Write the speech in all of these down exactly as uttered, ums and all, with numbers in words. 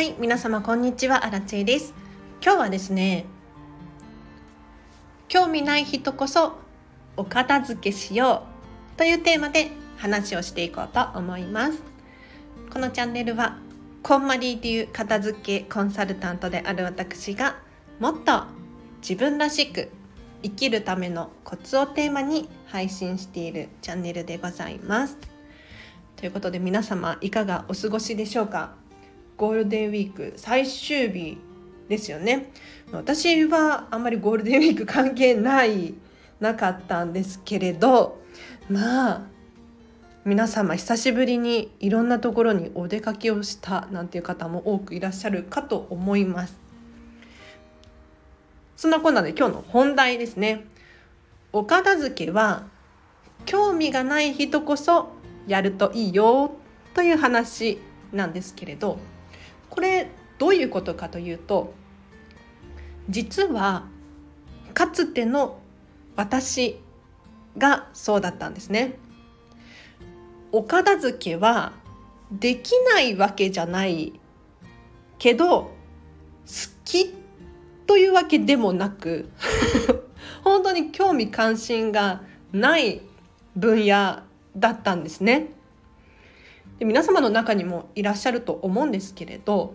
はい、皆様こんにちは、アラチェです。今日はですね、興味ない人こそお片付けしようというテーマで話をしていこうと思います。このチャンネルはこんまり流片付けコンサルタントである私がもっと自分らしく生きるためのコツをテーマに配信しているチャンネルでございます。ということで皆様いかがお過ごしでしょうか。ゴールデンウィーク最終日ですよね。私はあんまりゴールデンウィーク関係ないなかったんですけれど、まあ皆様久しぶりにいろんなところにお出かけをしたなんていう方も多くいらっしゃるかと思います。そんなこんなで今日の本題ですね。お片付けは興味がない人こそやるといいよという話なんですけれど、これどういうことかというと、実はかつての私がそうだったんですね。お片付けはできないわけじゃないけど好きというわけでもなく本当に興味関心がない分野だったんですね。で、皆様の中にもいらっしゃると思うんですけれど、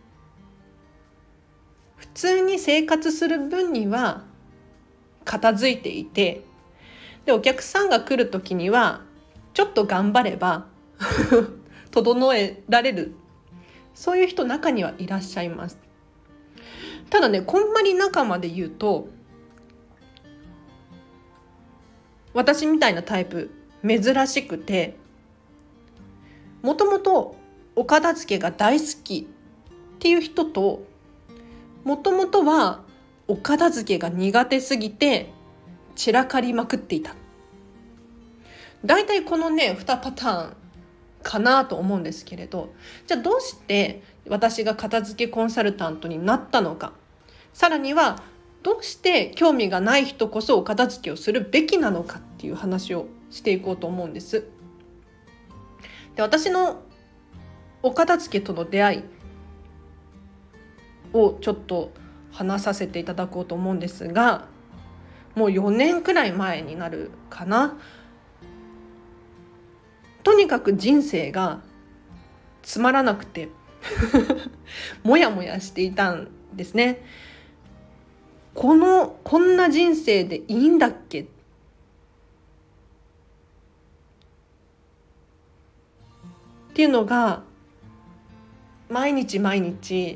普通に生活する分には片付いていて、でお客さんが来る時にはちょっと頑張れば整えられる、そういう人中にはいらっしゃいます。ただね、こんまり仲間で言うと、私みたいなタイプ珍しくて、もともとお片付けが大好きっていう人と、もともとはお片付けが苦手すぎて散らかりまくっていた、だいたいこのねにパターンかなと思うんですけれど、じゃあどうして私が片付けコンサルタントになったのか、さらにはどうして興味がない人こそお片付けをするべきなのかっていう話をしていこうと思うんです。で、私のお片付けとの出会いをちょっと話させていただこうと思うんですが、もうよねんくらい前になるかな。とにかく人生がつまらなくてもやもやしていたんですね。このこんな人生でいいんだっけっていうのが毎日毎日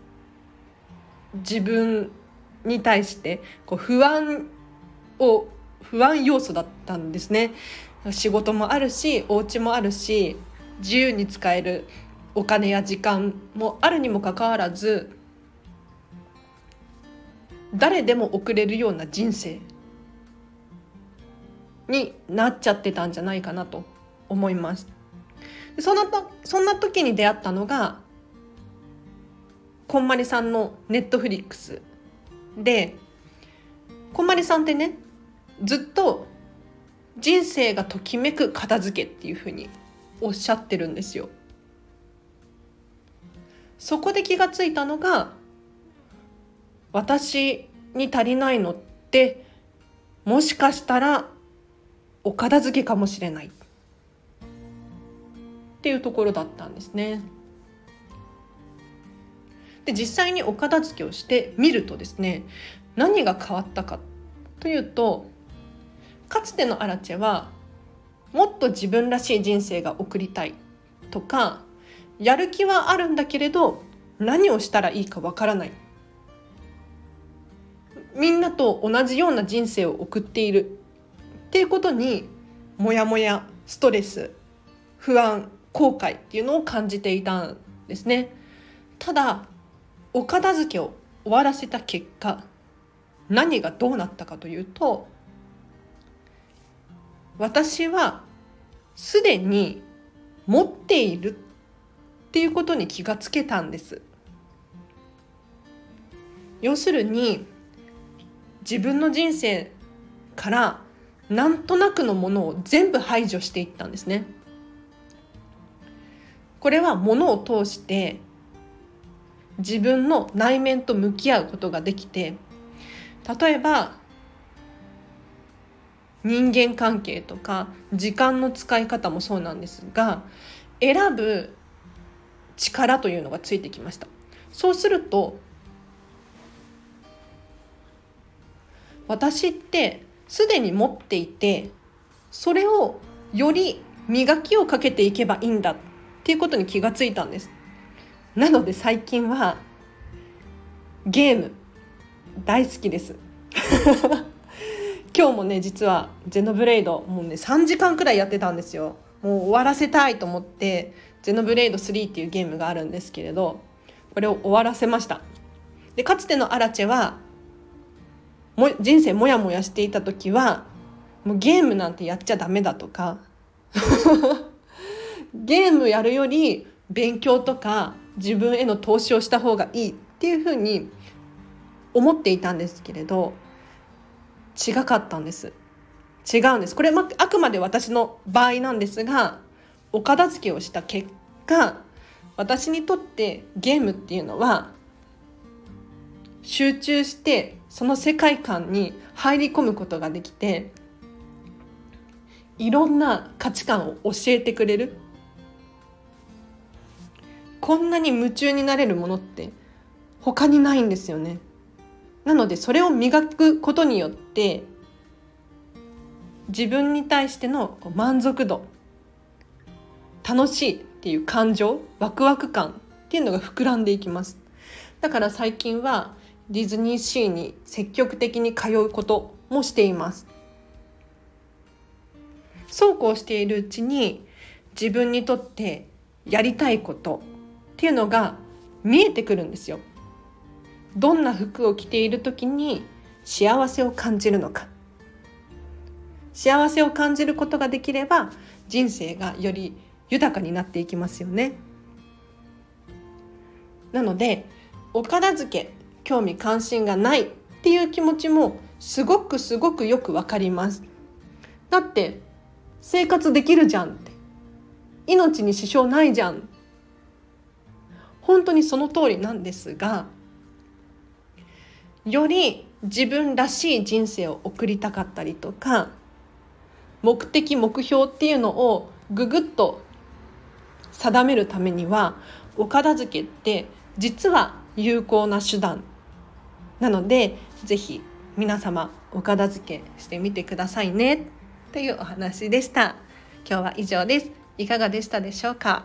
自分に対してこう不安を不安要素だったんですね。仕事もあるし、お家もあるし、自由に使えるお金や時間もあるにもかかわらず、誰でも送れるような人生になっちゃってたんじゃないかなと思います。そんなと、そんな時に出会ったのがこんまりさんのネットフリックスで、こんまりさんってね、ずっと人生がときめく片付けっていうふうにおっしゃってるんですよ。そこで気がついたのが、私に足りないのってもしかしたらお片付けかもしれないっていうところだったんですね。で、実際にお片付けをしてみるとですね、何が変わったかというと、かつてのアラチェはもっと自分らしい人生が送りたいとか、やる気はあるんだけれど何をしたらいいかわからない、みんなと同じような人生を送っているっていうことにモヤモヤ、ストレス、不安、後悔っていうのを感じていたんですね。ただお片付けを終わらせた結果、何がどうなったかというと、私はすでに持っているっていうことに気がつけたんです。要するに自分の人生からなんとなくのものを全部排除していったんですね。これは物を通して自分の内面と向き合うことができて、例えば人間関係とか時間の使い方もそうなんですが、選ぶ力というのがついてきました。そうすると私ってすでに持っていて、それをより磨きをかけていけばいいんだっていうことに気がついたんです。なので最近はゲーム大好きです今日もね、実はゼノブレイドもうねさんじかんくらいやってたんですよ。もう終わらせたいと思って、ゼノブレイドスリーっていうゲームがあるんですけれど、これを終わらせました。でかつてのアラチェはも人生モヤモヤしていた時は、もうゲームなんてやっちゃダメだとかゲームやるより勉強とか自分への投資をした方がいいっていうふうに思っていたんですけれど、違かったんです。違うんです。これはあくまで私の場合なんですが、お片付けをした結果、私にとってゲームっていうのは集中してその世界観に入り込むことができて、いろんな価値観を教えてくれる。こんなに夢中になれるものって他にないんですよね。なのでそれを磨くことによって、自分に対しての満足度、楽しいっていう感情、ワクワク感っていうのが膨らんでいきます。だから最近はディズニーシーに積極的に通うこともしています。そうこうしているうちに、自分にとってやりたいことっていうのが見えてくるんですよ。どんな服を着ている時に幸せを感じるのか。幸せを感じることができれば、人生がより豊かになっていきますよね。なので、お片付け興味関心がないっていう気持ちもすごくすごくよくわかります。だって生活できるじゃんって、命に支障ないじゃん、本当にその通りなんですが、より自分らしい人生を送りたかったりとか、目的目標っていうのをぐぐっと定めるためには、お片付けって実は有効な手段なので、ぜひ皆様お片付けしてみてくださいねというお話でした。今日は以上です。いかがでしたでしょうか。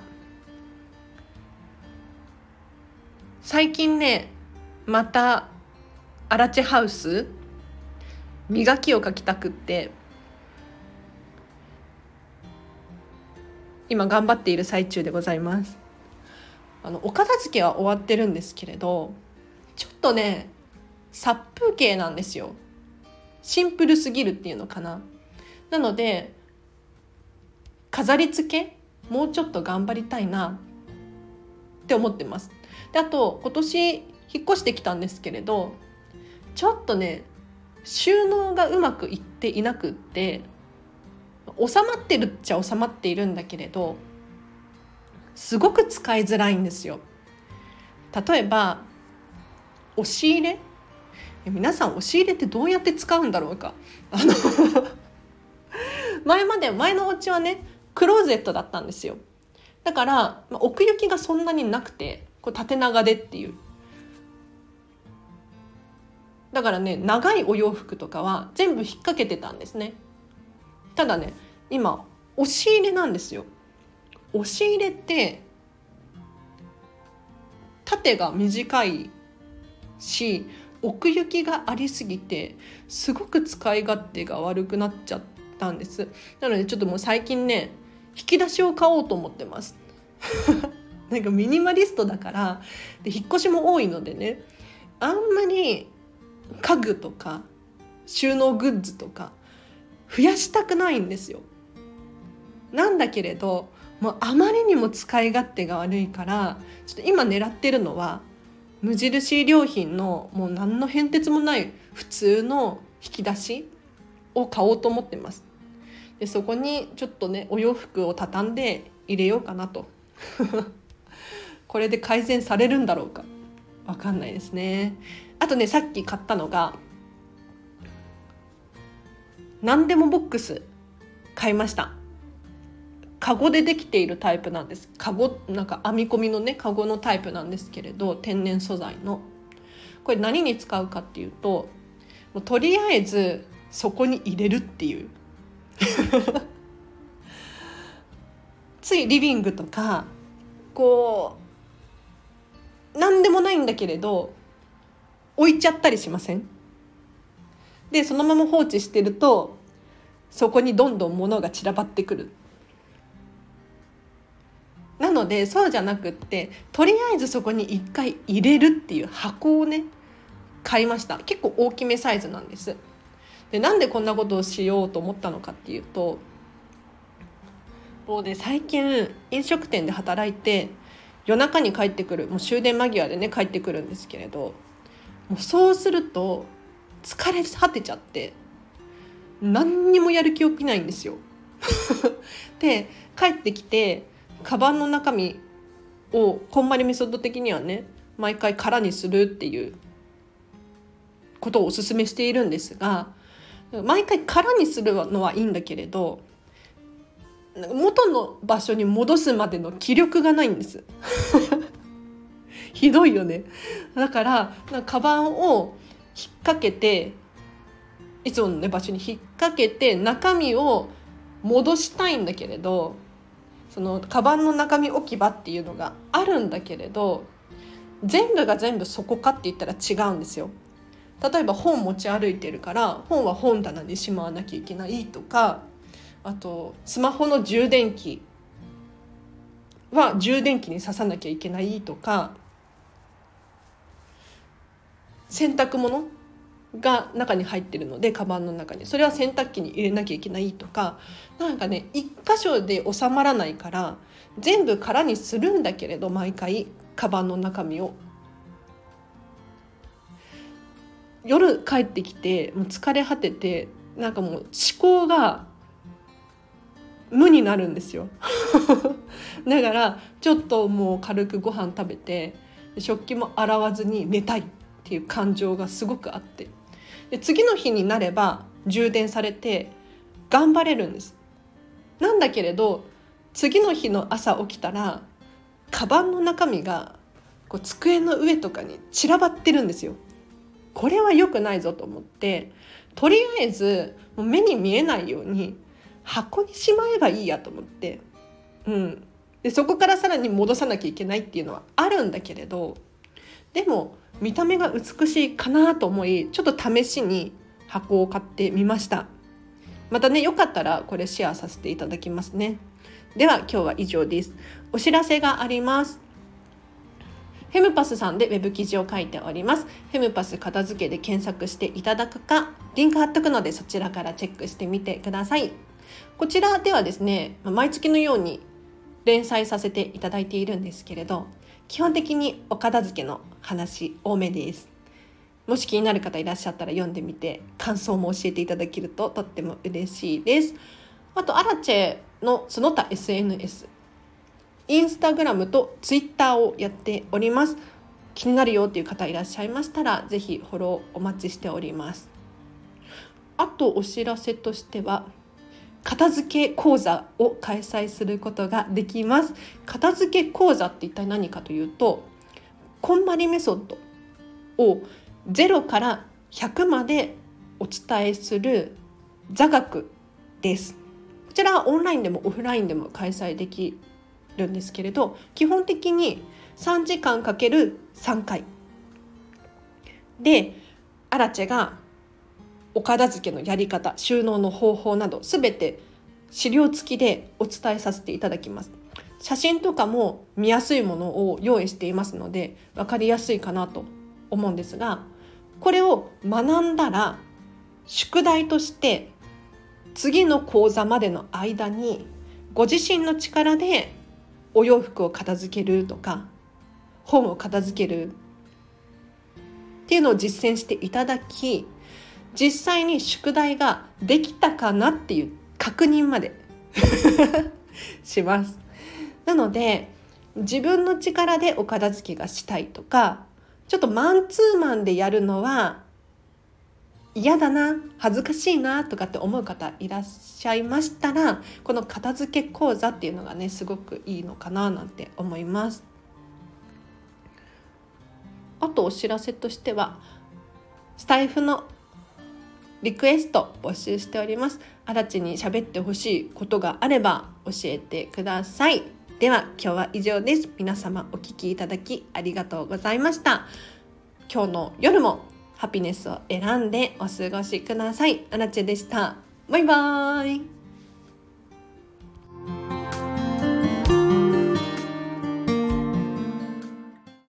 最近ね、またアラチェハウス磨きをかきたくって、今頑張っている最中でございます。あのお片付けは終わってるんですけれど、ちょっとね殺風景なんですよ。シンプルすぎるっていうのかな。なので飾り付けもうちょっと頑張りたいなって思ってます。であと今年引っ越してきたんですけれど、ちょっとね収納がうまくいっていなくって、収まってるっちゃ収まっているんだけれど、すごく使いづらいんですよ。例えば押し入れ、皆さん押し入れってどうやって使うんだろうか。あの前まで前のお家はねクローゼットだったんですよ。だから、まあ、奥行きがそんなになくて、こう縦長でっていう、だからね長いお洋服とかは全部引っ掛けてたんですね。ただね今押し入れなんですよ。押し入れって縦が短いし、奥行きがありすぎてすごく使い勝手が悪くなっちゃったんです。なのでちょっともう最近ね引き出しを買おうと思ってますなんかミニマリストだから、で引っ越しも多いのでね、あんまり家具とか収納グッズとか増やしたくないんですよ。なんだけれどもうあまりにも使い勝手が悪いから、ちょっと今狙ってるのは無印良品のもう何の変哲もない普通の引き出しを買おうと思ってます。でそこにちょっとねお洋服を畳んで入れようかなとこれで改善されるんだろうか。 わかんないですね。あとね、さっき買ったのが何でもボックス買いました。カゴでできているタイプなんです。カゴなんか編み込みのねカゴのタイプなんですけれど、天然素材のこれ何に使うかっていうと、もうとりあえずそこに入れるっていうついリビングとかこう何でもないんだけれど置いちゃったりしません？でそのまま放置してるとそこにどんどん物が散らばってくる。なのでそうじゃなくって、とりあえずそこに一回入れるっていう箱をね買いました。結構大きめサイズなんです。でなんでこんなことをしようと思ったのかっていうと、もうね最近飲食店で働いて夜中に帰ってくる、もう終電間際でね帰ってくるんですけれど、もうそうすると疲れ果てちゃって何にもやる気起きないんですよで帰ってきてカバンの中身をこんまりメソッド的にはね毎回空にするっていうことをお勧めしているんですが、毎回空にするのはいいんだけれど元の場所に戻すまでの気力がないんですひどいよね。だからカバンを引っ掛けていつもの、ね、場所に引っ掛けて中身を戻したいんだけれど、そのカバンの中身置き場っていうのがあるんだけれど、全部が全部そこかって言ったら違うんですよ。例えば本持ち歩いてるから本は本棚にしまわなきゃいけないとか、あとスマホの充電器は充電器に挿さなきゃいけないとか、洗濯物が中に入ってるのでカバンの中にそれは洗濯機に入れなきゃいけないとか、なんかね一箇所で収まらないから全部空にするんだけれど、毎回カバンの中身を夜帰ってきてもう疲れ果てて、なんかもう思考が無になるんですよだからちょっともう軽くご飯食べて食器も洗わずに寝たいっていう感情がすごくあって、で次の日になれば充電されて頑張れるんです。なんだけれど次の日の朝起きたらカバンの中身がこう机の上とかに散らばってるんですよ。これは良くないぞと思って、とりあえずもう目に見えないように箱にしまえばいいやと思って、うん、でそこからさらに戻さなきゃいけないっていうのはあるんだけれど、でも見た目が美しいかなと思いちょっと試しに箱を買ってみました。またねよかったらこれシェアさせていただきますね。では今日は以上です。お知らせがあります。フェムパスさんでウェブ記事を書いております。フェムパス片付けで検索していただくか、リンク貼っとくのでそちらからチェックしてみてください。こちらではですね、毎月のように連載させていただいているんですけれど、基本的にお片付けの話多めです。もし気になる方いらっしゃったら読んでみて感想も教えていただけるととっても嬉しいです。あとアラチェのその他 エスエヌエス、インスタグラムとツイッターをやっております。気になるよっていう方いらっしゃいましたらぜひフォローお待ちしております。あとお知らせとしては片付け講座を開催することができます。片付け講座って一体何かというと、こんまりメソッドをゼロからひゃくまでお伝えする座学です。こちらはオンラインでもオフラインでも開催できるんですけれど、基本的にさんじかんかけるさんかいで、アラチェがお片付けのやり方、収納の方法などすべて資料付きでお伝えさせていただきます。写真とかも見やすいものを用意していますので分かりやすいかなと思うんですが、これを学んだら宿題として次の講座までの間にご自身の力でお洋服を片付けるとか本を片付けるっていうのを実践していただき、実際に宿題ができたかなっていう確認までします。なので自分の力でお片付けがしたいとか、 ちょっとマンツーマンでやるのは嫌だな、恥ずかしいなとかって思う方いらっしゃいましたら、この片付け講座っていうのがねすごくいいのかななんて思います。あとお知らせとしては、スタイフのリクエスト募集しております。あらちに喋ってほしいことがあれば教えてください。では今日は以上です。皆様お聞きいただきありがとうございました。今日の夜もハピネスを選んでお過ごしください。あらちでした。バイバーイ。